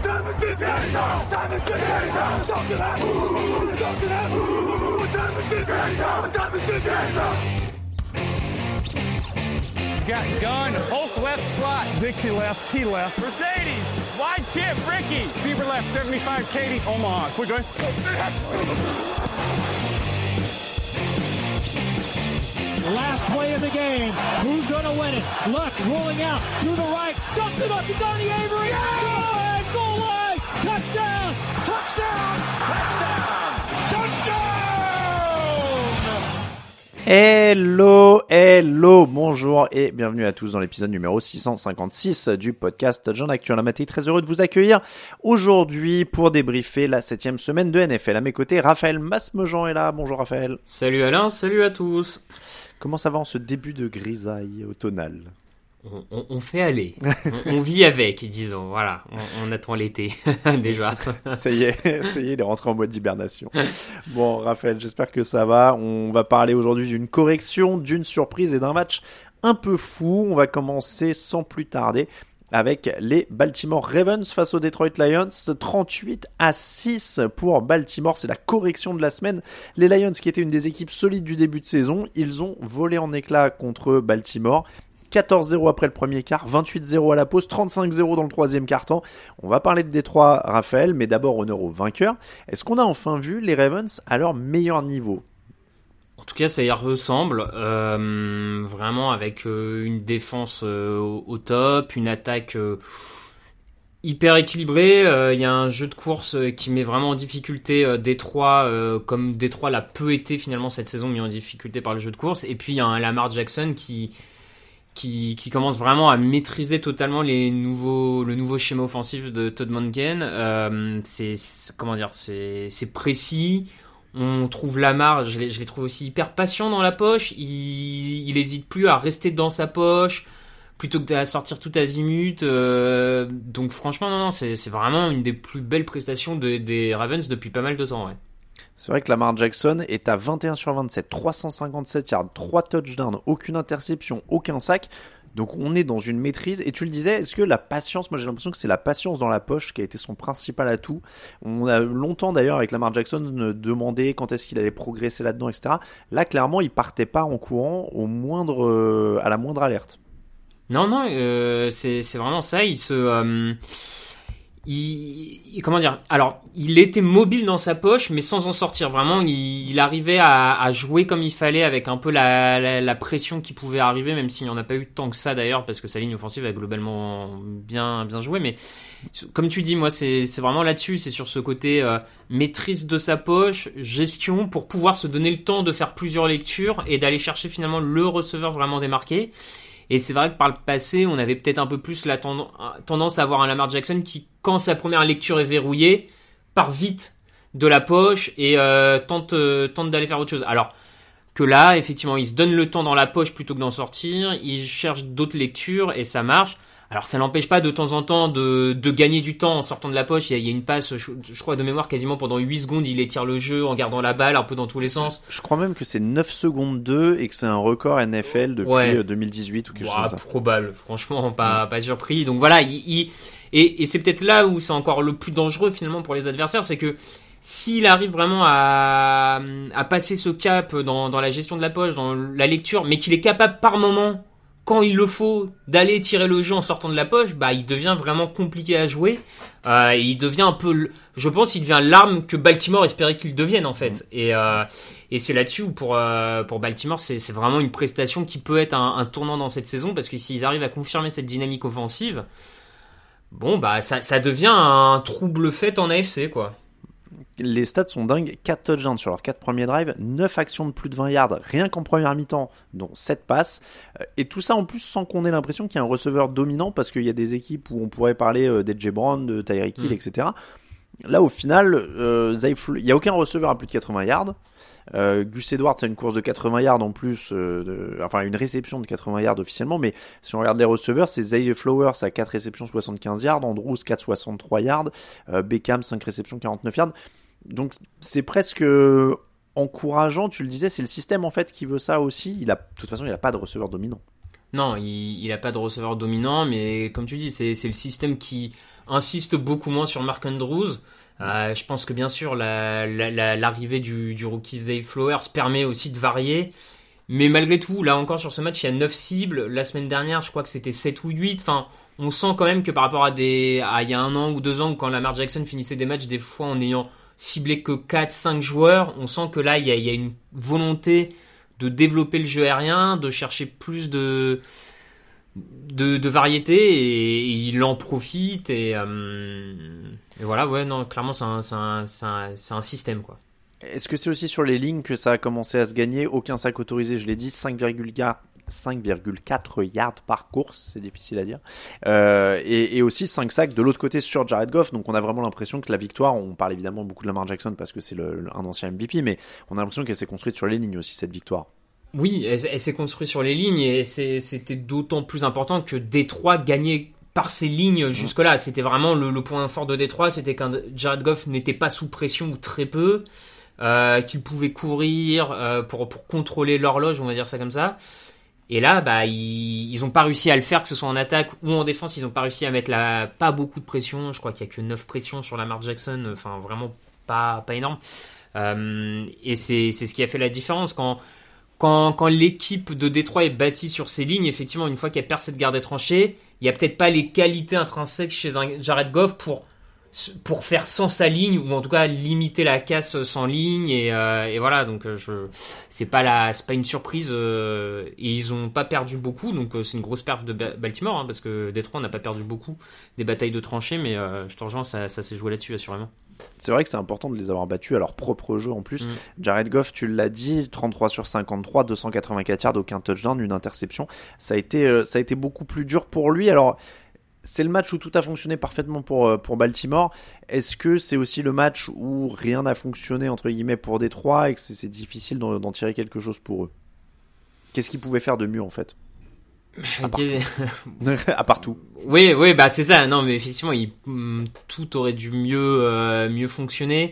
Got gun, Hulk left slot, Dixie left, Key left, Mercedes, wide chip, Ricky, Fever left, 75, Katie, Omaha, quick going. Last play of the game, who's gonna win it? Luck rolling out to the right, dumps it up to Donnie Avery, goal line, touchdown, touchdown, touchdown, touchdown! Hello, bonjour et bienvenue à tous dans l'épisode numéro 656 du podcast Jean Actu. La matinée, très heureux de vous accueillir aujourd'hui pour débriefer la 7e semaine de NFL. À mes côtés, Raphaël Masmejean est là. Bonjour Raphaël. Salut Alain, salut à tous. Comment ça va en ce début de grisaille automnale ? On fait aller, on vit avec, disons, voilà, on attend l'été, déjà. Ça y est, il est rentré en mode hibernation. Bon, Raphaël, j'espère que ça va. On va parler aujourd'hui d'une correction, d'une surprise et d'un match un peu fou. On va commencer sans plus tarder avec les Baltimore Ravens face aux Detroit Lions, 38-6 pour Baltimore, c'est la correction de la semaine. Les Lions, qui étaient une des équipes solides du début de saison, ils ont volé en éclats contre Baltimore. 14-0 après le premier quart, 28-0 à la pause, 35-0 dans le troisième quart-temps. On va parler de Détroit, Raphaël, mais d'abord honneur aux vainqueurs. Est-ce qu'on a enfin vu les Ravens à leur meilleur niveau ? En tout cas, ça y ressemble, vraiment avec une défense au top, une attaque hyper équilibrée. Il y a un jeu de course qui met vraiment en difficulté Détroit, comme Détroit l'a peu été finalement cette saison, mis en difficulté par le jeu de course. Et puis il y a un Lamar Jackson qui commence vraiment à maîtriser totalement le nouveau schéma offensif de Todd Monken. C'est précis. On trouve Lamar, je l'ai trouvé aussi hyper patient dans la poche. Il hésite plus à rester dans sa poche plutôt que à sortir tout azimut. Donc franchement, non, c'est vraiment une des plus belles prestations des Ravens depuis pas mal de temps, ouais. C'est vrai que Lamar Jackson est à 21 sur 27, 357 yards, 3 touchdowns, aucune interception, aucun sac. Donc on est dans une maîtrise. Et tu le disais, est-ce que la patience, moi j'ai l'impression que c'est la patience dans la poche qui a été son principal atout. On a longtemps d'ailleurs avec Lamar Jackson demandé quand est-ce qu'il allait progresser là-dedans, etc. Là clairement il partait pas en courant à la moindre alerte. Non, c'est vraiment ça. Comment dire ? Alors, il était mobile dans sa poche, mais sans en sortir. Vraiment, il arrivait à jouer comme il fallait, avec un peu la pression qui pouvait arriver, même s'il n'y en a pas eu tant que ça d'ailleurs, parce que sa ligne offensive a globalement bien joué. Mais comme tu dis, moi, c'est vraiment là-dessus. C'est sur ce côté maîtrise de sa poche, gestion, pour pouvoir se donner le temps de faire plusieurs lectures et d'aller chercher finalement le receveur vraiment démarqué. Et c'est vrai que par le passé, on avait peut-être un peu plus la tendance à avoir un Lamar Jackson qui, quand sa première lecture est verrouillée, part vite de la poche et tente d'aller faire autre chose. Alors que là, effectivement, il se donne le temps dans la poche plutôt que d'en sortir, il cherche d'autres lectures et ça marche. Alors ça n'empêche pas de temps en temps de gagner du temps en sortant de la poche. Il y a une passe, je crois de mémoire, quasiment pendant 8 secondes, il étire le jeu en gardant la balle un peu dans tous les sens. Je crois même que c'est 9 secondes 2 et que c'est un record NFL depuis 2018 ou quelque chose comme ça. Probable, franchement, pas surpris. Donc voilà, et c'est peut-être là où c'est encore le plus dangereux finalement pour les adversaires, c'est que s'il arrive vraiment à passer ce cap dans la gestion de la poche, dans la lecture, mais qu'il est capable par moment, quand il le faut, d'aller tirer le jeu en sortant de la poche, bah il devient vraiment compliqué à jouer. Il devient un peu, je pense, il devient l'arme que Baltimore espérait qu'il devienne en fait. Et c'est là-dessus où pour Baltimore, c'est vraiment une prestation qui peut être un tournant dans cette saison, parce que s'ils arrivent à confirmer cette dynamique offensive, bon bah ça devient un trouble fait en AFC quoi. Les stats sont dingues, 4 touchdowns sur leurs 4 premiers drives, 9 actions de plus de 20 yards, rien qu'en première mi-temps, dont 7 passes. Et tout ça en plus sans qu'on ait l'impression qu'il y a un receveur dominant, parce qu'il y a des équipes où on pourrait parler d'AJ Brown, de Tyreek Hill, etc. Là au final, il n'y a aucun receveur à plus de 80 yards. Gus Edwards a une course de 80 yards en plus, une réception de 80 yards officiellement, mais si on regarde les receveurs, c'est Zay Flowers à 4 réceptions 75 yards, Andrews 4 63 yards, Beckham 5 réceptions 49 yards. Donc c'est presque encourageant, tu le disais, c'est le système en fait qui veut ça aussi. De toute façon, il n'a pas de receveur dominant. Non, il a pas de receveur dominant, mais comme tu dis, c'est le système qui insiste beaucoup moins sur Mark Andrews. Je pense que bien sûr l'arrivée du rookie Zay Flowers permet aussi de varier. Mais malgré tout, là encore sur ce match, il y a 9 cibles. La semaine dernière, je crois que c'était 7 ou 8. Enfin, on sent quand même que par rapport à il y a 1 an ou 2 ans, où quand Lamar Jackson finissait des matchs, des fois en ayant ciblé que 4-5 joueurs, on sent que là, il y a une volonté de développer le jeu aérien, de chercher plus de variété, et il en profite. Et voilà, ouais, non, clairement, c'est un système, quoi. Est-ce que c'est aussi sur les lignes que ça a commencé à se gagner? Aucun sac autorisé, je l'ai dit, 5,4 yards par course, c'est difficile à dire. Et aussi 5 sacs de l'autre côté sur Jared Goff. Donc on a vraiment l'impression que la victoire, on parle évidemment beaucoup de Lamar Jackson parce que c'est un ancien MVP, mais on a l'impression qu'elle s'est construite sur les lignes aussi, cette victoire. Oui, elle s'est construite sur les lignes, et c'était d'autant plus important que Détroit gagnait par ses lignes jusque-là. C'était vraiment le point fort de Détroit, c'était quand Jared Goff n'était pas sous pression ou très peu. Qu'ils pouvaient courir pour contrôler l'horloge, on va dire ça comme ça. Et là, ils ont pas réussi à le faire, que ce soit en attaque ou en défense. Ils ont pas réussi à mettre pas beaucoup de pression. Je crois qu'il y a que 9 pressions sur Lamar Jackson. Enfin, vraiment pas énorme. Et c'est ce qui a fait la différence quand l'équipe de Détroit est bâtie sur ses lignes. Effectivement, une fois qu'elle perd cette garde des tranchées, il y a peut-être pas les qualités intrinsèques chez un Jared Goff pour faire sans sa ligne, ou en tout cas limiter la casse sans ligne, et voilà. Donc c'est pas une surprise, et ils ont pas perdu beaucoup, donc c'est une grosse perf de Baltimore, parce que Détroit n'a pas perdu beaucoup des batailles de tranchées, mais je te rejoins, ça s'est joué là-dessus assurément. C'est vrai que c'est important de les avoir battus à leur propre jeu en plus. Jared Goff, tu l'as dit, 33 sur 53, 284 yards, aucun touchdown, une interception. Ça a été beaucoup plus dur pour lui. Alors c'est le match où tout a fonctionné parfaitement pour Baltimore. Est-ce que c'est aussi le match où rien n'a fonctionné entre guillemets pour Détroit et que c'est difficile d'en tirer quelque chose pour eux? Qu'est-ce qu'ils pouvaient faire de mieux en fait? À part tout. Oui, c'est ça. Non, mais effectivement, tout aurait dû mieux fonctionner.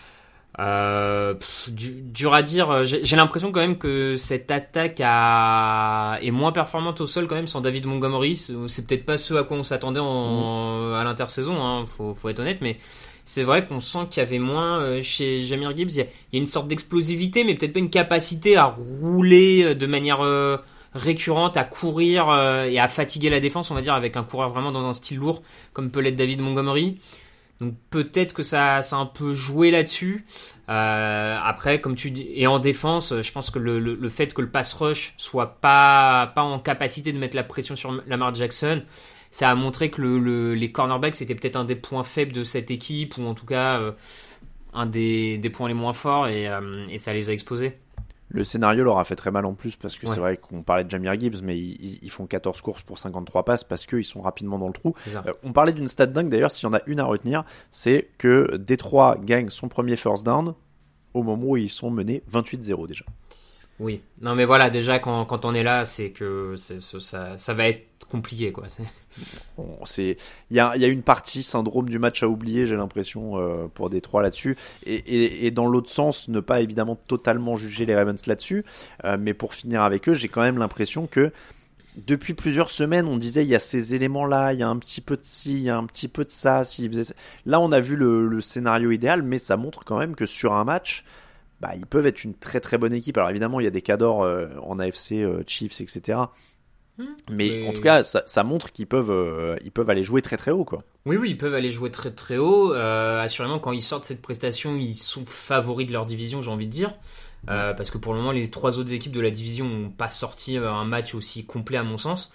Dur à dire. J'ai l'impression quand même que cette attaque est moins performante au sol quand même sans David Montgomery. C'est peut-être pas ce à quoi on s'attendait à l'intersaison, faut être honnête, mais c'est vrai qu'on sent qu'il y avait moins chez Jahmyr Gibbs. Il y a une sorte d'explosivité, mais peut-être pas une capacité à rouler de manière récurrente, à courir et à fatiguer la défense, on va dire, avec un coureur vraiment dans un style lourd comme peut l'être David Montgomery. Donc peut-être que ça a un peu joué là-dessus. Après, comme tu dis, et en défense, je pense que le fait que le pass rush soit pas en capacité de mettre la pression sur Lamar Jackson, ça a montré que les cornerbacks c'était peut-être un des points faibles de cette équipe, ou en tout cas un des points les moins forts, et ça les a exposés. Le scénario leur a fait très mal en plus, parce que c'est vrai qu'on parlait de Jahmyr Gibbs, mais ils font 14 courses pour 53 passes parce qu'ils sont rapidement dans le trou. On parlait d'une stat dingue d'ailleurs, s'il y en a une à retenir, c'est que Détroit gagne son premier first down au moment où ils sont menés 28-0 déjà. Oui, non mais voilà, déjà quand on est là, c'est que ça va être compliqué, quoi. Il y a une partie syndrome du match à oublier, j'ai l'impression, pour Détroit là-dessus, et dans l'autre sens, ne pas évidemment totalement juger les Ravens là-dessus, mais pour finir avec eux, j'ai quand même l'impression que depuis plusieurs semaines, on disait il y a ces éléments-là, il y a un petit peu de ci, il y a un petit peu de ça. Là, on a vu le scénario idéal, mais ça montre quand même que sur un match, ils peuvent être une très très bonne équipe. Alors évidemment, il y a des cadors en AFC, Chiefs, etc. Mais en tout cas, ça montre qu'ils peuvent aller jouer très très haut, quoi. Oui, ils peuvent aller jouer très très haut. Assurément, quand ils sortent cette prestation, ils sont favoris de leur division, j'ai envie de dire. Parce que pour le moment, les 3 autres équipes de la division n'ont pas sorti un match aussi complet à mon sens.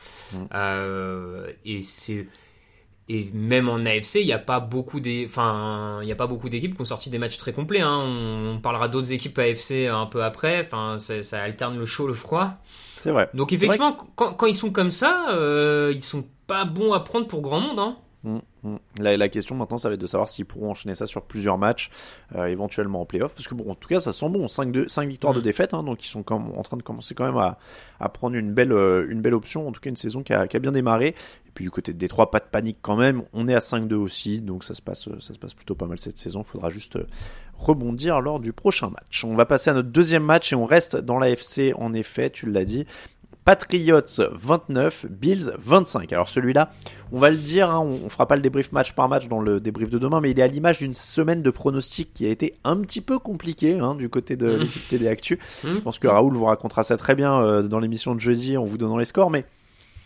Et même en AFC, il n'y a pas beaucoup d'équipes qui ont sorti des matchs très complets. On parlera d'autres équipes AFC un peu après. Ça alterne le chaud, le froid. C'est vrai. Donc effectivement, quand ils sont comme ça, ils sont pas bons à prendre pour grand monde. La question maintenant, ça va être de savoir s'ils pourront enchaîner ça sur plusieurs matchs, éventuellement en play-off, parce que en tout cas, ça sent bon. 5 victoires de défaite, donc ils sont en train de commencer quand même à prendre une belle option, en tout cas une saison qui a bien démarré. Et puis du côté de Détroit, pas de panique quand même. On est à 5-2 aussi, donc ça se passe plutôt pas mal cette saison. Il faudra juste rebondir lors du prochain match. On va passer à notre deuxième match et on reste dans l'AFC, en effet, tu l'as dit. Patriots 29, Bills 25. Alors celui-là, on va le dire, hein, on fera pas le débrief match par match dans le débrief de demain, mais il est à l'image d'une semaine de pronostics qui a été un petit peu compliquée hein, du côté de l'équipe TD Actu. Je pense que Raoul vous racontera ça très bien dans l'émission de jeudi en vous donnant les scores, mais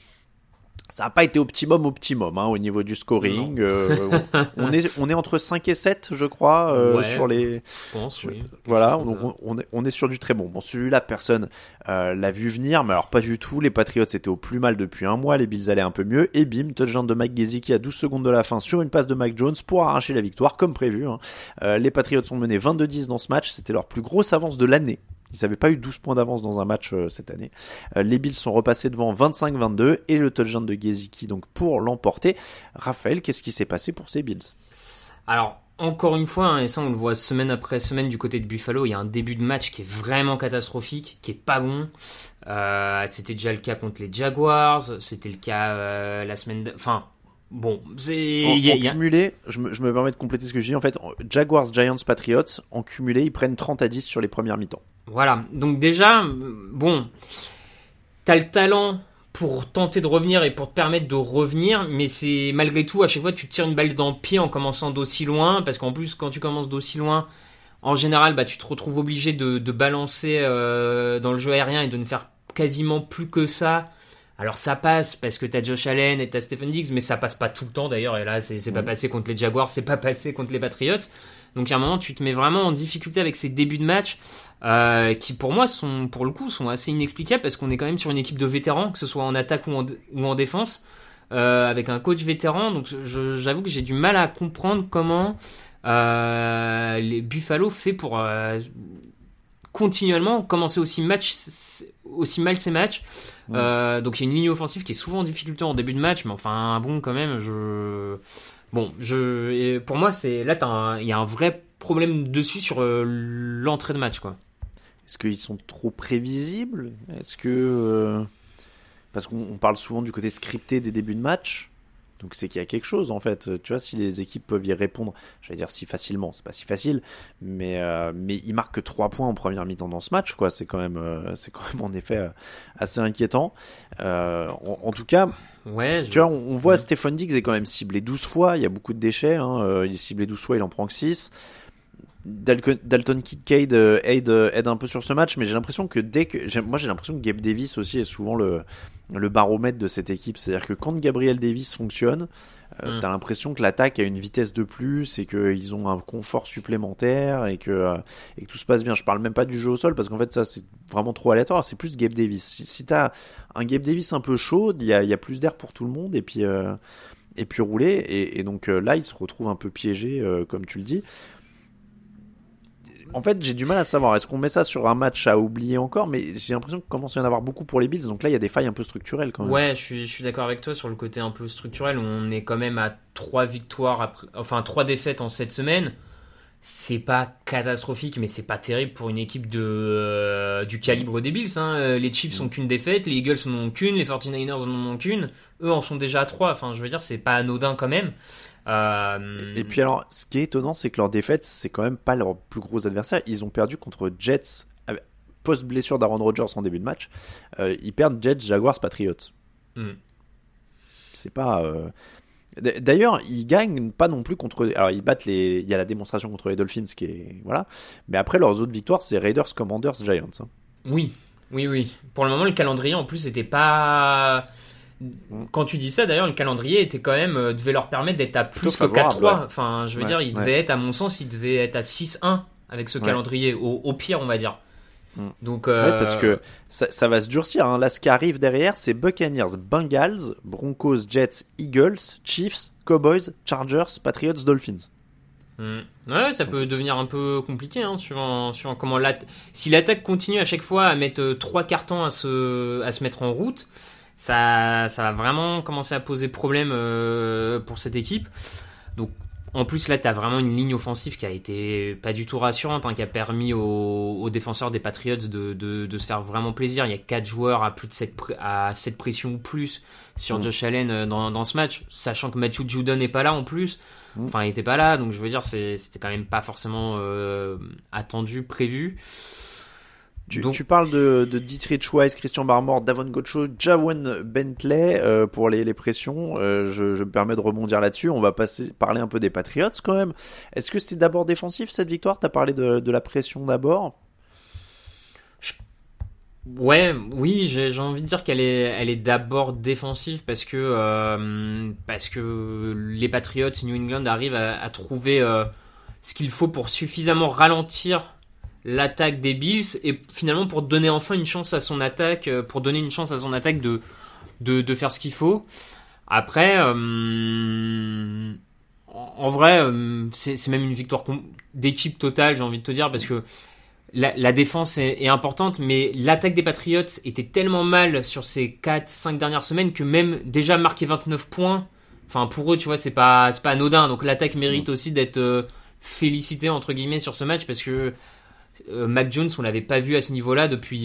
ça n'a pas été optimum hein, au niveau du scoring. On est entre 5 et 7, je crois, sur les... Je pense, oui. Voilà, donc on est sur du très bon. Bon, celui-là, personne l'a vu venir, mais alors pas du tout. Les Patriots étaient au plus mal depuis un mois, les Bills allaient un peu mieux, et bim, touchdown de Mike Gesicki à 12 secondes de la fin sur une passe de Mac Jones pour arracher la victoire, comme prévu. Hein. Les Patriots sont menés 22-10 dans ce match, c'était leur plus grosse avance de l'année. Ils n'avaient pas eu 12 points d'avance dans un match cette année. Les Bills sont repassés devant 25-22 et le touchdown de Gesicki donc pour l'emporter. Raphaël, qu'est-ce qui s'est passé pour ces Bills ? Alors, encore une fois, hein, et ça on le voit semaine après semaine du côté de Buffalo, il y a un début de match qui est vraiment catastrophique, qui est pas bon. C'était déjà le cas contre les Jaguars, c'était le cas la semaine... Enfin... Bon, c'est... En cumulé, je me permets de compléter ce que je dis. En fait, Jaguars, Giants, Patriots, en cumulé, ils prennent 30-10 sur les premières mi-temps. Voilà, donc déjà, bon, t'as le talent pour tenter de revenir et pour te permettre de revenir, mais c'est malgré tout, à chaque fois, tu te tires une balle dans le pied en commençant d'aussi loin, parce qu'en plus, quand tu commences d'aussi loin, en général, bah, tu te retrouves obligé de balancer dans le jeu aérien et de ne faire quasiment plus que ça. Alors ça passe parce que t'as Josh Allen et t'as Stephen Diggs, mais ça passe pas tout le temps d'ailleurs, et là c'est pas passé contre les Jaguars, c'est pas passé contre les Patriots. Donc à un moment tu te mets vraiment en difficulté avec ces débuts de match qui pour moi sont assez inexplicables, parce qu'on est quand même sur une équipe de vétérans, que ce soit en attaque ou en défense, avec un coach vétéran. Donc j'avoue que j'ai du mal à comprendre comment les Buffalo fait pour continuellement commencer aussi mal ces matchs. Donc il y a une ligne offensive qui est souvent en difficulté en début de match, mais enfin bon quand même pour moi c'est là il y a un vrai problème dessus sur l'entrée de match, quoi. Est-ce qu'ils sont trop prévisibles ? Est-ce que parce qu'on parle souvent du côté scripté des débuts de match, donc c'est qu'il y a quelque chose en fait. Tu vois, si les équipes peuvent y répondre, j'allais dire si facilement, c'est pas si facile, mais ils marquent que 3 points en première mi-temps dans ce match, quoi. C'est quand même en effet assez inquiétant. En tout cas, ouais, tu vois, on voit Stephen Diggs est quand même ciblé 12 fois, il y a beaucoup de déchets, hein. Il est ciblé 12 fois, il en prend que 6. Dalton Kincaid aide un peu sur ce match, mais j'ai l'impression que j'ai l'impression que Gabe Davis aussi est souvent le baromètre de cette équipe. C'est-à-dire que quand Gabriel Davis fonctionne, t'as l'impression que l'attaque a une vitesse de plus et qu'ils ont un confort supplémentaire et que tout se passe bien. Je parle même pas du jeu au sol, parce qu'en fait ça c'est vraiment trop aléatoire. C'est plus Gabe Davis. Si t'as un Gabe Davis un peu chaud, il y a plus d'air pour tout le monde et puis rouler. Et donc là il se retrouve un peu piégé, comme tu le dis. En fait, j'ai du mal à savoir. Est-ce qu'on met ça sur un match à oublier encore ? Mais j'ai l'impression qu'il commence à y en avoir beaucoup pour les Bills. Donc là, il y a des failles un peu structurelles quand même. Ouais, je suis d'accord avec toi sur le côté un peu structurel. On est quand même à 3 défaites en 7 semaines. C'est pas catastrophique, mais c'est pas terrible pour une équipe du calibre des Bills. Hein. Les Chiefs n'ont qu'une défaite, les Eagles n'en ont qu'une, les 49ers n'en ont qu'une. Eux en sont déjà à 3. Enfin, je veux dire, c'est pas anodin quand même. Et puis alors, ce qui est étonnant, c'est que leur défaite, c'est quand même pas leur plus gros adversaire. Ils ont perdu contre Jets post-blessure d'Aaron Rodgers en début de match. Ils perdent Jets, Jaguars, Patriots. C'est pas... D'ailleurs, ils gagnent pas non plus contre... Alors, ils battent il y a la démonstration contre les Dolphins qui est... Voilà. Mais après, leurs autres victoires, c'est Raiders, Commanders, Giants. Hein. Oui. Pour le moment, le calendrier, en plus, était pas... Quand tu dis ça, d'ailleurs, le calendrier était quand même devait leur permettre d'être à plus que 4-3. Ouais. Enfin, je veux dire, il devait être, à mon sens, il devait être à 6-1 avec ce calendrier, au pire, on va dire. Donc, parce que ça va se durcir. Hein. Là, ce qui arrive derrière, c'est Buccaneers, Bengals, Broncos, Jets, Eagles, Chiefs, Cowboys, Chargers, Patriots, Dolphins. Ouais, ça peut devenir un peu compliqué, hein, suivant comment si l'attaque continue à chaque fois à mettre 3 cartons à se mettre en route. Ça va vraiment commencer à poser problème pour cette équipe. Donc, en plus, là, tu as vraiment une ligne offensive qui a été pas du tout rassurante, hein, qui a permis aux défenseurs des Patriots de se faire vraiment plaisir. Il y a 4 joueurs à plus de 7 pressions ou plus sur Josh Allen dans ce match, sachant que Matthew Judon n'est pas là en plus. Enfin, il était pas là, donc je veux dire, c'était quand même pas forcément attendu, prévu. Tu parles de Dietrich Weiss, Christian Barmore, Davon Gaucho, Jawan Bentley pour les pressions. Je me permets de rebondir là-dessus. On va parler un peu des Patriots quand même. Est-ce que c'est d'abord défensif cette victoire ? T'as parlé de la pression d'abord. Oui, j'ai envie de dire qu'elle est d'abord défensive parce que les Patriots New England arrivent à trouver ce qu'il faut pour suffisamment ralentir l'attaque des Bills et finalement pour donner enfin une chance à son attaque, de faire ce qu'il faut. Après, en vrai, c'est même une victoire d'équipe totale, j'ai envie de te dire, parce que la défense est importante, mais l'attaque des Patriots était tellement mal sur ces 4-5 dernières semaines que même déjà marquer 29 points, enfin pour eux, tu vois, c'est pas anodin. Donc l'attaque mérite aussi d'être félicitée entre guillemets sur ce match parce que Mac Jones, on l'avait pas vu à ce niveau-là depuis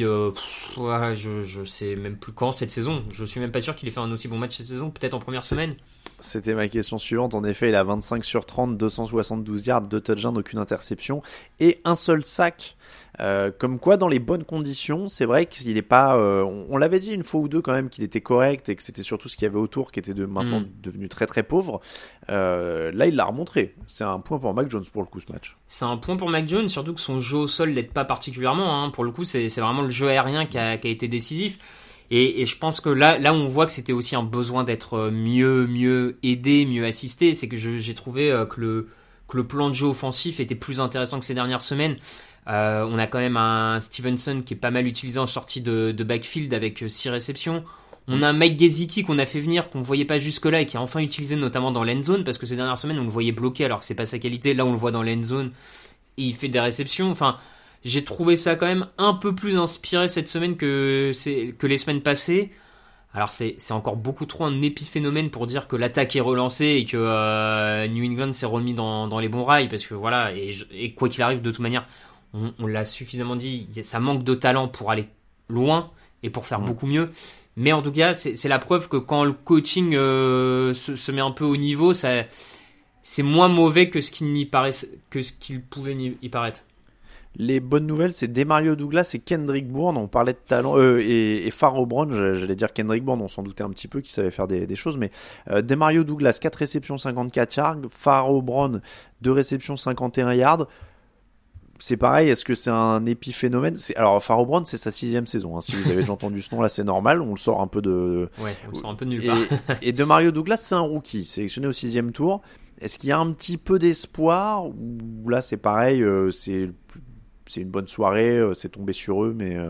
je sais même plus quand cette saison. Je suis même pas sûr qu'il ait fait un aussi bon match cette saison, peut-être en première semaine. C'était ma question suivante. En effet, il a 25 sur 30, 272 yards, 2 touchdowns, aucune interception et un seul sac. Comme quoi, dans les bonnes conditions, c'est vrai qu'il est pas. On l'avait dit une fois ou deux quand même qu'il était correct et que c'était surtout ce qu'il y avait autour qui était maintenant devenu très très pauvre. Là, il l'a remontré. C'est un point pour Mac Jones pour le coup ce match. C'est un point pour Mac Jones, surtout que son jeu au sol l'aide pas particulièrement. Pour le coup, c'est vraiment le jeu aérien qui a été décisif. Et je pense que là où on voit que c'était aussi un besoin d'être mieux aidé, mieux assisté, c'est que j'ai trouvé que le plan de jeu offensif était plus intéressant que ces dernières semaines. On a quand même un Stevenson qui est pas mal utilisé en sortie de backfield avec 6 réceptions. On a un Mike Gesicki qu'on a fait venir, qu'on voyait pas jusque-là et qui est enfin utilisé notamment dans l'end zone parce que ces dernières semaines on le voyait bloqué alors que c'est pas sa qualité. Là on le voit dans l'end zone et il fait des réceptions. Enfin, j'ai trouvé ça quand même un peu plus inspiré cette semaine que les semaines passées. Alors c'est encore beaucoup trop un épiphénomène pour dire que l'attaque est relancée et que New England s'est remis dans les bons rails parce que voilà, et quoi qu'il arrive de toute manière, on l'a suffisamment dit, ça manque de talent pour aller loin et pour faire beaucoup mieux. Mais en tout cas, c'est la preuve que quand le coaching se met un peu au niveau, c'est moins mauvais que ce qu'il pouvait y paraître. Les bonnes nouvelles, c'est Demario Douglas et Kendrick Bourne. On parlait de talent et Pharaoh Brown. J'allais dire Kendrick Bourne, on s'en doutait un petit peu qu'il savait faire des choses, mais Demario Douglas 4 réceptions 54 yards, Pharaoh Brown 2 réceptions 51 yards. C'est pareil, est-ce que c'est un épiphénomène ? Alors Pharaoh Brown, c'est sa 6e saison. Si vous avez déjà entendu ce nom là, c'est normal. On le sort un peu de. Ouais, on le sort un peu de nulle part. Et Demario Douglas, c'est un rookie, sélectionné au 6e tour. Est-ce qu'il y a un petit peu d'espoir ou là c'est pareil, c'est une bonne soirée, c'est tombé sur eux, mais.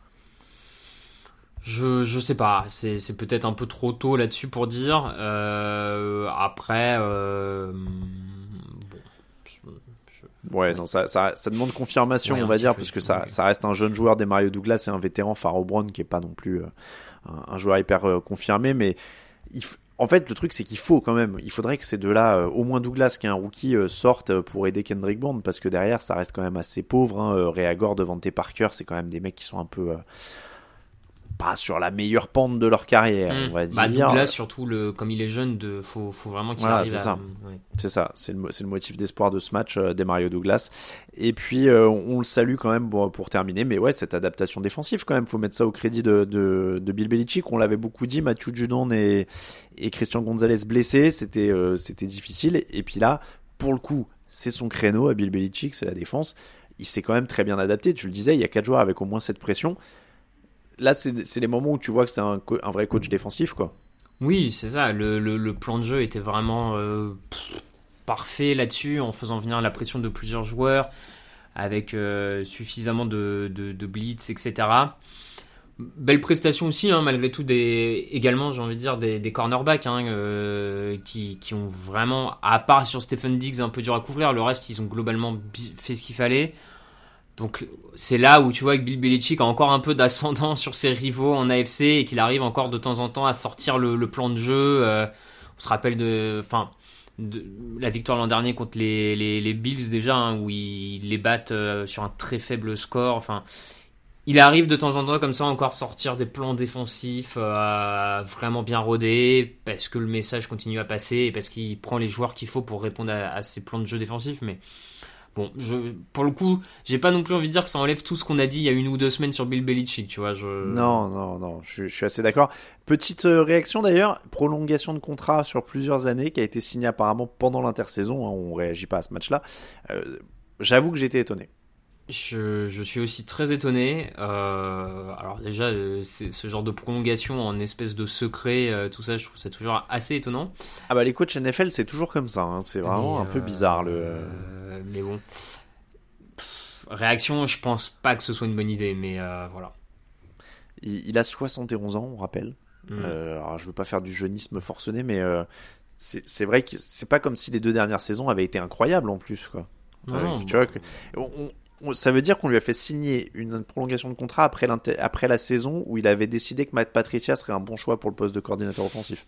Je sais pas, c'est peut-être un peu trop tôt là-dessus pour dire. Après. Ouais, non, ça demande confirmation, on va dire, parce que ça reste un jeune joueur des Mario Douglas et un vétéran Pharaoh Brown qui est pas non plus un joueur hyper confirmé, mais en fait, le truc, c'est qu'il faudrait que ces deux-là, au moins Douglas, qui est un rookie, sortent pour aider Kendrick Bourne, parce que derrière, ça reste quand même assez pauvre. Ray Gore, Devante Parker, c'est quand même des mecs qui sont un peu pas sur la meilleure pente de leur carrière, on va dire. Douglas, surtout, comme il est jeune, faut vraiment qu'il arrive à... Ouais. C'est ça, c'est le motif d'espoir de ce match des Mario Douglas. Et puis, on le salue quand même pour terminer, mais ouais, cette adaptation défensive quand même, faut mettre ça au crédit de Bill Belichick. On l'avait beaucoup dit, Matthew Judon et Christian Gonzalez blessés, c'était difficile. Et puis là, pour le coup, c'est son créneau à Bill Belichick, c'est la défense. Il s'est quand même très bien adapté. Tu le disais, il y a 4 joueurs avec au moins cette pression. Là, c'est les moments où tu vois que c'est un vrai coach défensif, quoi. Oui, c'est ça. Le plan de jeu était vraiment parfait là-dessus, en faisant venir la pression de plusieurs joueurs, avec suffisamment de blitz, etc. Belle prestation aussi, malgré tout, également, j'ai envie de dire, des cornerbacks qui ont vraiment, à part sur Stephen Diggs, un peu dur à couvrir. Le reste, ils ont globalement fait ce qu'il fallait. Donc c'est là où tu vois que Bill Belichick a encore un peu d'ascendant sur ses rivaux en AFC et qu'il arrive encore de temps en temps à sortir le plan de jeu. On se rappelle de la victoire l'an dernier contre les Bills déjà, où ils les battent sur un très faible score. Enfin, il arrive de temps en temps comme ça encore sortir des plans défensifs vraiment bien rodés parce que le message continue à passer et parce qu'il prend les joueurs qu'il faut pour répondre à ces plans de jeu défensifs. Mais Bon, pour le coup, j'ai pas non plus envie de dire que ça enlève tout ce qu'on a dit il y a 1 ou 2 semaines sur Bill Belichick, tu vois. Non, je suis assez d'accord. Petite réaction d'ailleurs, prolongation de contrat sur plusieurs années qui a été signée apparemment pendant l'intersaison. Hein, on réagit pas à ce match-là. J'avoue que j'étais étonné. Je suis aussi très étonné. Alors déjà, c'est ce genre de prolongation en espèce de secret, tout ça, je trouve ça toujours assez étonnant. Ah bah les coachs NFL, c'est toujours comme ça. Hein. C'est vraiment un peu bizarre. Mais bon. Réaction, je pense pas que ce soit une bonne idée, mais voilà. Il a 71 ans, on rappelle. Alors je veux pas faire du jeunisme forcené, mais c'est vrai que c'est pas comme si les 2 dernières saisons avaient été incroyables en plus, quoi. Non, tu vois que ça veut dire qu'on lui a fait signer une prolongation de contrat après la saison où il avait décidé que Matt Patricia serait un bon choix pour le poste de coordinateur offensif.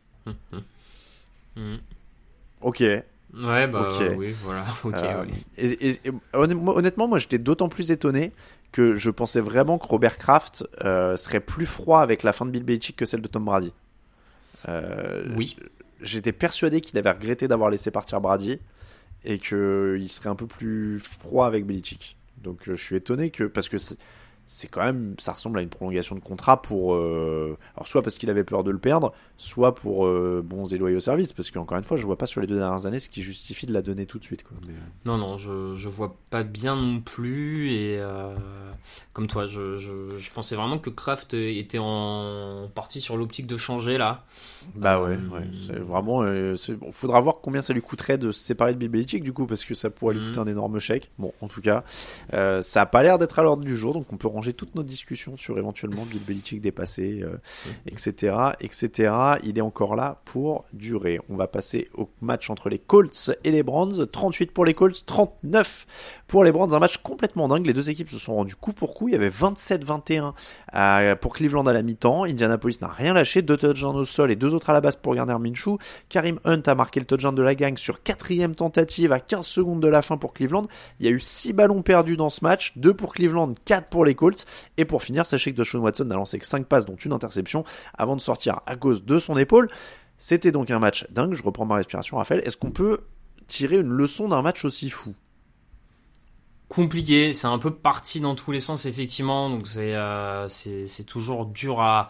Ok. Ouais, bah okay. oui, voilà. Et honnêtement, moi j'étais d'autant plus étonné que je pensais vraiment que Robert Kraft serait plus froid avec la fin de Bill Belichick que celle de Tom Brady. Oui. J'étais persuadé qu'il avait regretté d'avoir laissé partir Brady et qu'il serait un peu plus froid avec Belichick. Donc je suis étonné parce que c'est quand même, ça ressemble à une prolongation de contrat pour alors soit parce qu'il avait peur de le perdre, soit pour bons et loyaux services, parce qu'encore une fois je vois pas sur les 2 dernières années ce qui justifie de la donner tout de suite, quoi. Mais... Non, je vois pas bien non plus, et comme toi, je pensais vraiment que Kraft était en partie sur l'optique de changer là. Bah ouais, c'est vraiment faudra voir combien ça lui coûterait de se séparer de Bill Belichick du coup, parce que ça pourrait lui coûter un énorme chèque. Bon, en tout cas, ça a pas l'air d'être à l'ordre du jour, donc on peut ranger toutes nos discussions sur éventuellement Bill Belichick dépassé, etc. Il est encore là pour durer. On va passer au match entre les Colts et les Browns. 38 pour les Colts, 39 pour les Browns. Un match complètement dingue. Les 2 équipes se sont rendues coup pour coup. Il y avait 27-21 pour Cleveland à la mi-temps. Indianapolis n'a rien lâché. 2 touchdowns au sol et 2 autres à la base pour Gardner Minshew. Kareem Hunt a marqué le touchdown de la gang sur 4e tentative à 15 secondes de la fin pour Cleveland. Il y a eu 6 ballons perdus dans ce match. 2 pour Cleveland, 4 pour les Colts. Et pour finir, sachez que Deshaun Watson n'a lancé que 5 passes, dont une interception, avant de sortir à cause de son épaule. C'était donc un match dingue. Je reprends ma respiration, Raphaël. Est-ce qu'on peut tirer une leçon d'un match aussi fou ? Compliqué, c'est un peu parti dans tous les sens, effectivement. Donc c'est toujours dur à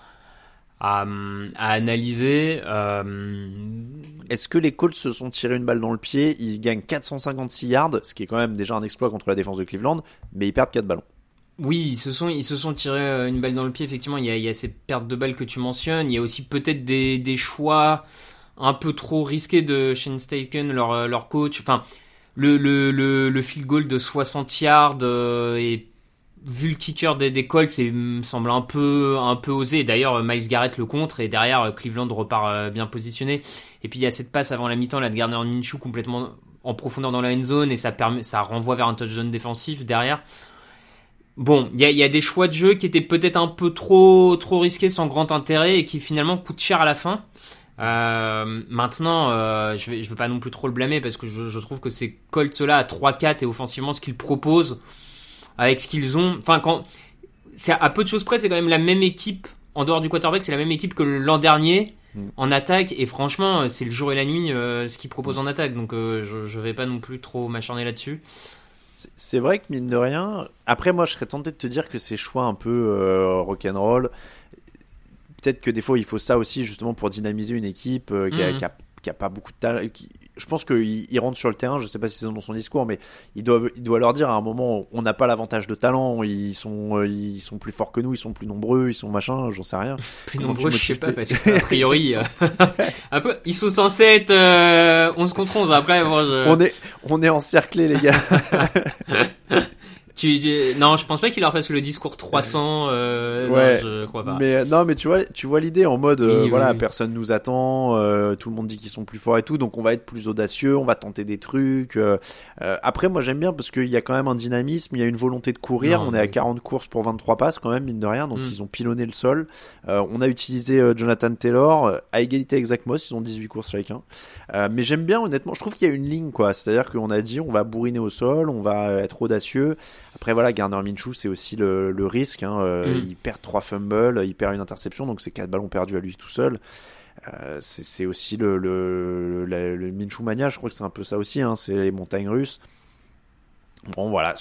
analyser. Est-ce que les Colts se sont tirés une balle dans le pied ? Ils gagnent 456 yards, ce qui est quand même déjà un exploit contre la défense de Cleveland, mais ils perdent 4 ballons. Oui, ils se sont tirés une balle dans le pied, effectivement. Il y a ces pertes de balles que tu mentionnes. Il y a aussi peut-être des choix un peu trop risqués de Shane Steichen, leur coach. Enfin, le field goal de 60 yards et vu le kicker des Colts, me semble un peu osé. D'ailleurs, Myles Garrett le contre, et derrière Cleveland repart bien positionné. Et puis il y a cette passe avant la mi-temps là de Gardner Minshew complètement en profondeur dans la end zone, et ça renvoie vers un touchdown défensif derrière. Bon, il y a des choix de jeu qui étaient peut-être un peu trop risqués, sans grand intérêt, et qui finalement coûtent cher à la fin. Maintenant, je vais pas non plus trop le blâmer, parce que je trouve que ces Colts-là à 3-4 et offensivement ce qu'ils proposent avec ce qu'ils ont, enfin c'est à peu de choses près, c'est quand même la même équipe en dehors du quarterback, c'est la même équipe que l'an dernier en attaque, et franchement c'est le jour et la nuit ce qu'ils proposent en attaque, donc je vais pas non plus trop m'acharner là-dessus. C'est vrai que mine de rien, après moi je serais tenté de te dire que ces choix un peu rock'n'roll, peut-être que des fois il faut ça aussi justement pour dynamiser une équipe qui a pas beaucoup de talent. Je pense qu'il rentre sur le terrain, je sais pas si c'est dans son discours, mais il doit leur dire à un moment, on n'a pas l'avantage de talent, ils sont plus forts que nous, ils sont plus nombreux, ils sont machin, j'en sais rien. Plus nombreux, je sais pas, parce que a priori, un peu, ils sont censés être 11 contre 11, après, moi, on est encerclés, les gars. Non, je pense pas qu'il leur fasse le discours 300. Ouais, non, je crois pas. Mais non, mais tu vois l'idée en mode oui, voilà, oui. Personne nous attend, tout le monde dit qu'ils sont plus forts et tout, donc on va être plus audacieux, on va tenter des trucs. Après, moi j'aime bien parce qu'il y a quand même un dynamisme, il y a une volonté de courir. On est à 40 courses pour 23 passes quand même, mine de rien, donc ils ont pilonné le sol. On a utilisé Jonathan Taylor à égalité avec Zach Moss, ils ont 18 courses chacun. Mais j'aime bien, honnêtement, je trouve qu'il y a une ligne, quoi. C'est-à-dire qu'on a dit on va bourriner au sol, on va être audacieux. Après voilà, Gardner Minshew, c'est aussi le risque, il perd 3 fumbles, il perd une interception, donc c'est 4 ballons perdus à lui tout seul. C'est aussi le Minshew mania, je crois que c'est un peu ça aussi, c'est les montagnes russes. Bon, voilà.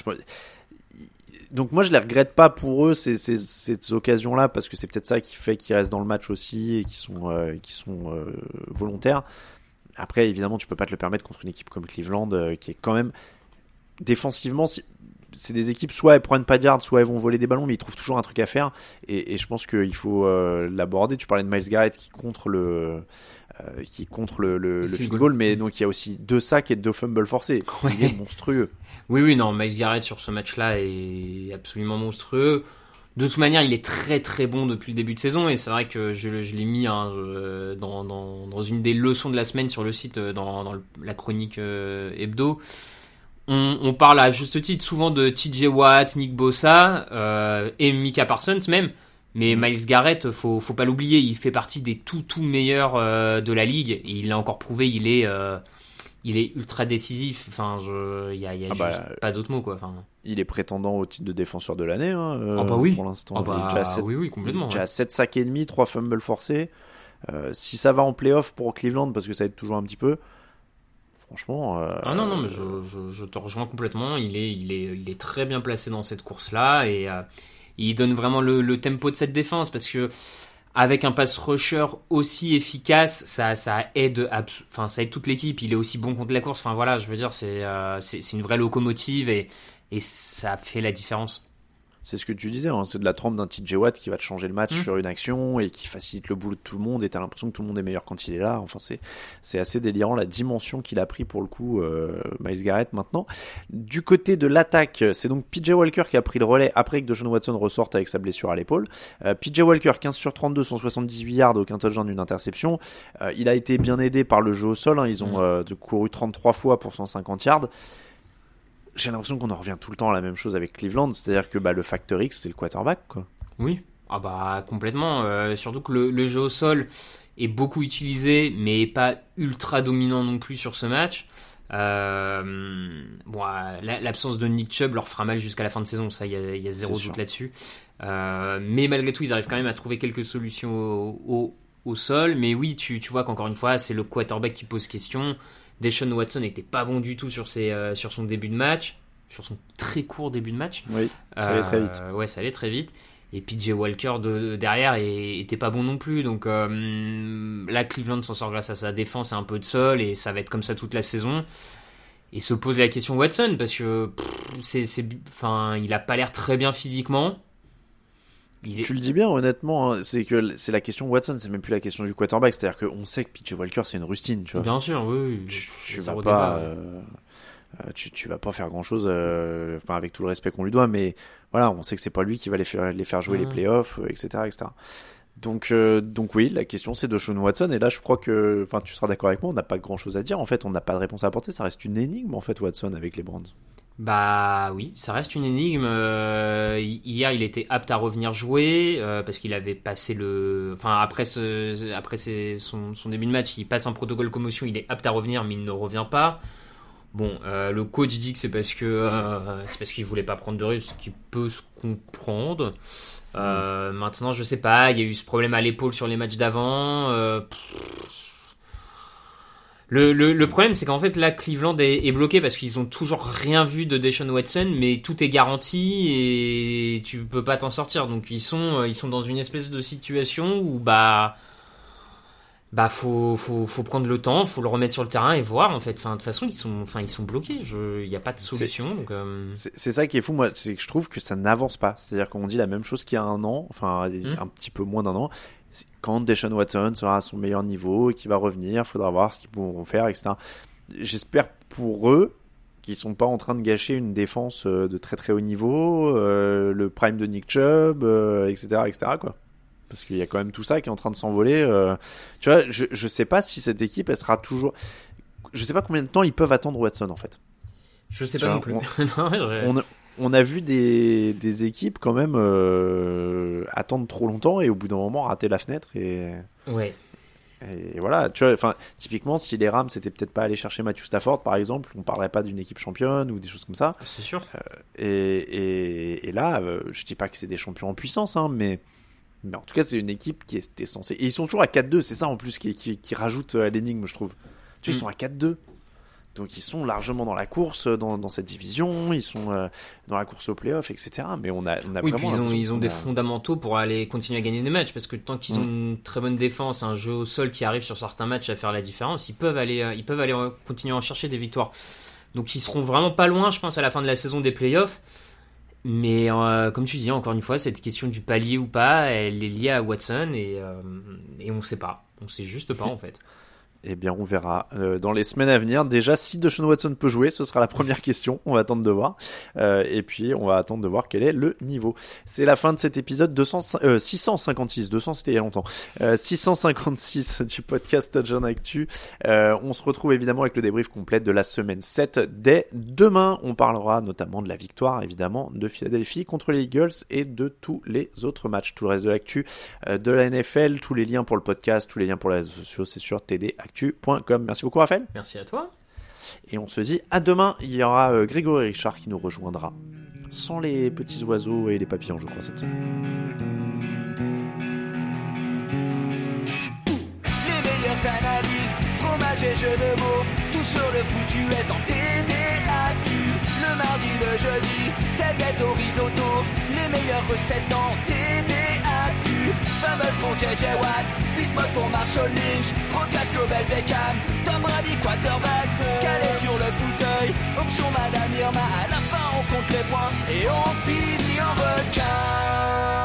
Donc moi je les regrette pas pour eux ces occasions-là parce que c'est peut-être ça qui fait qu'ils restent dans le match aussi et qui sont volontaires. Après évidemment tu peux pas te le permettre contre une équipe comme Cleveland qui est quand même défensivement c'est des équipes soit elles prennent pas de yards soit elles vont voler des ballons mais ils trouvent toujours un truc à faire et je pense qu'il faut l'aborder. Tu parlais de Myles Garrett qui contre le field goal, mais donc il y a aussi 2 sacs et 2 fumbles forcés. Ouais. Il est monstrueux. Oui, non, Myles Garrett sur ce match-là est absolument monstrueux. De toute manière, il est très très bon depuis le début de saison et c'est vrai que je l'ai mis dans une des leçons de la semaine sur le site, dans la chronique hebdo. On parle à juste titre souvent de TJ Watt, Nick Bosa et Micah Parsons même. Mais Myles Garrett, faut pas l'oublier, il fait partie des tout meilleurs de la ligue. Et il l'a encore prouvé, il est ultra décisif. Enfin, il y a juste pas d'autres mots quoi. Enfin, il est prétendant au titre de défenseur de l'année oui. Pour l'instant. Oui, complètement. Il a 7 sacs et demi, 3 fumbles forcés. Si ça va en playoff pour Cleveland, parce que ça aide toujours un petit peu. Franchement. Non, mais je te rejoins complètement. Il est très bien placé dans cette course-là et il donne vraiment le tempo de cette défense parce que avec un pass rusher aussi efficace, ça aide toute l'équipe. Il est aussi bon contre la course. Enfin voilà, je veux dire, c'est une vraie locomotive et ça fait la différence. C'est ce que tu disais, hein, c'est de la trempe d'un TJ Watt qui va te changer le match sur une action et qui facilite le boulot de tout le monde et t'as l'impression que tout le monde est meilleur quand il est là. Enfin, c'est assez délirant la dimension qu'il a pris pour le coup, Myles Garrett maintenant. Du côté de l'attaque, c'est donc PJ Walker qui a pris le relais après que Deshaun Watson ressorte avec sa blessure à l'épaule. PJ Walker, 15 sur 32, 178 yards, aucun touchdown, une interception. Il a été bien aidé par le jeu au sol, hein, ils ont couru 33 fois pour 150 yards. J'ai l'impression qu'on en revient tout le temps à la même chose avec Cleveland, c'est-à-dire que le facteur X, c'est le quarterback, quoi. Oui, complètement. Surtout que le jeu au sol est beaucoup utilisé, mais pas ultra dominant non plus sur ce match. L'absence de Nick Chubb leur fera mal jusqu'à la fin de saison, ça, il y a zéro doute là-dessus. Mais malgré tout, ils arrivent quand même à trouver quelques solutions au sol. Mais oui, tu vois qu'encore une fois, c'est le quarterback qui pose question. Deshaun Watson n'était pas bon du tout sur son début de match, sur son très court début de match. Oui, ça allait très vite. Ouais, ça allait très vite. Et PJ Walker derrière était pas bon non plus. Donc là, Cleveland s'en sort grâce à sa défense et un peu de sol, et ça va être comme ça toute la saison. Et se pose la question Watson parce que il a pas l'air très bien physiquement. Tu le dis bien, honnêtement, hein, c'est la question Watson, c'est même plus la question du quarterback. C'est-à-dire qu'on sait que PJ Walker c'est une rustine, tu vois. Bien sûr, oui. Tu vas pas, tu vas pas faire grand-chose, avec tout le respect qu'on lui doit, mais voilà, on sait que c'est pas lui qui va les faire jouer les playoffs, etc. Donc oui, la question c'est de Deshaun Watson, et là je crois que, tu seras d'accord avec moi, on n'a pas grand-chose à dire. En fait, on n'a pas de réponse à apporter. Ça reste une énigme en fait, Watson avec les Browns. Bah oui, ça reste une énigme. Hier, il était apte à revenir jouer parce qu'il avait passé après son début de match, il passe un protocole commotion, il est apte à revenir, mais il ne revient pas. Bon, le coach dit que c'est parce qu'il voulait pas prendre de risque, ce qui peut se comprendre. Maintenant, je sais pas, il y a eu ce problème à l'épaule sur les matchs d'avant. Le problème, c'est qu'en fait, là, Cleveland est bloqué parce qu'ils ont toujours rien vu de Deshaun Watson, mais tout est garanti et tu peux pas t'en sortir. Donc, ils sont dans une espèce de situation où, faut prendre le temps, faut le remettre sur le terrain et voir, en fait. Enfin, de toute façon, ils sont bloqués. Il y a pas de solution. C'est ça qui est fou, moi, c'est que je trouve que ça n'avance pas. C'est-à-dire qu'on dit la même chose qu'il y a un an, un petit peu moins d'un an. Quand Deshaun Watson sera à son meilleur niveau et qu'il va revenir, il faudra voir ce qu'ils pourront faire, etc. J'espère pour eux qu'ils sont pas en train de gâcher une défense de très très haut niveau, le prime de Nick Chubb, etc., quoi. Parce qu'il y a quand même tout ça qui est en train de s'envoler. Tu vois, je sais pas si cette équipe, elle sera toujours... Je sais pas combien de temps ils peuvent attendre Watson, en fait. Je sais pas non plus. On a vu des équipes quand même attendre trop longtemps et au bout d'un moment rater la fenêtre et voilà, tu vois, typiquement si les Rams c'était peut-être pas aller chercher Matthew Stafford par exemple, on parlerait pas d'une équipe championne ou des choses comme ça. C'est sûr. Et là, je dis pas que c'est des champions en puissance, hein, mais en tout cas c'est une équipe qui était censée, et ils sont toujours à 4-2, c'est ça en plus qui rajoute à l'énigme, je trouve. Tu vois, ils sont à 4-2. Donc ils sont largement dans la course, dans cette division, ils sont dans la course au play-off, etc. Mais on a oui, vraiment... puis ils ont des fondamentaux pour aller continuer à gagner des matchs, parce que tant qu'ils ont une très bonne défense, un jeu au sol qui arrive sur certains matchs à faire la différence, ils peuvent aller continuer à en chercher des victoires. Donc ils seront vraiment pas loin, je pense, à la fin de la saison des play-offs. Mais comme tu dis, encore une fois, cette question du palier ou pas, elle est liée à Watson et on sait pas. On sait juste pas en fait. Eh bien, on verra dans les semaines à venir. Déjà, si Deshaun Watson peut jouer, ce sera la première question. On va attendre de voir. Et puis, on va attendre de voir quel est le niveau. C'est la fin de cet épisode 656. 200, c'était il y a longtemps. 656 du podcast Touchdown Actu. On se retrouve évidemment avec le débrief complet de la semaine 7 dès demain. On parlera notamment de la victoire, évidemment, de Philadelphie contre les Eagles et de tous les autres matchs. Tout le reste de l'actu de la NFL, tous les liens pour le podcast, tous les liens pour les réseaux sociaux, c'est sur tdactu.com. Merci beaucoup Raphaël. Merci à toi. Et on se dit à demain. Il y aura Grégory Richard qui nous rejoindra. Sans les petits oiseaux et les papillons, je crois, cette semaine. Les meilleures analyses, fromage et jeux de mots, tout sur le foutu est en TDAQ. Le mardi, le jeudi, tailgate au risotto, les meilleures recettes dans TDAQ. Fumble pour JJ Watt, Bismuth pour Marshall Lynch, Rocas Global Beckham, Tom Brady quarterback, calé sur le fauteuil, option Madame Irma, à la fin on compte les points et on finit en requin.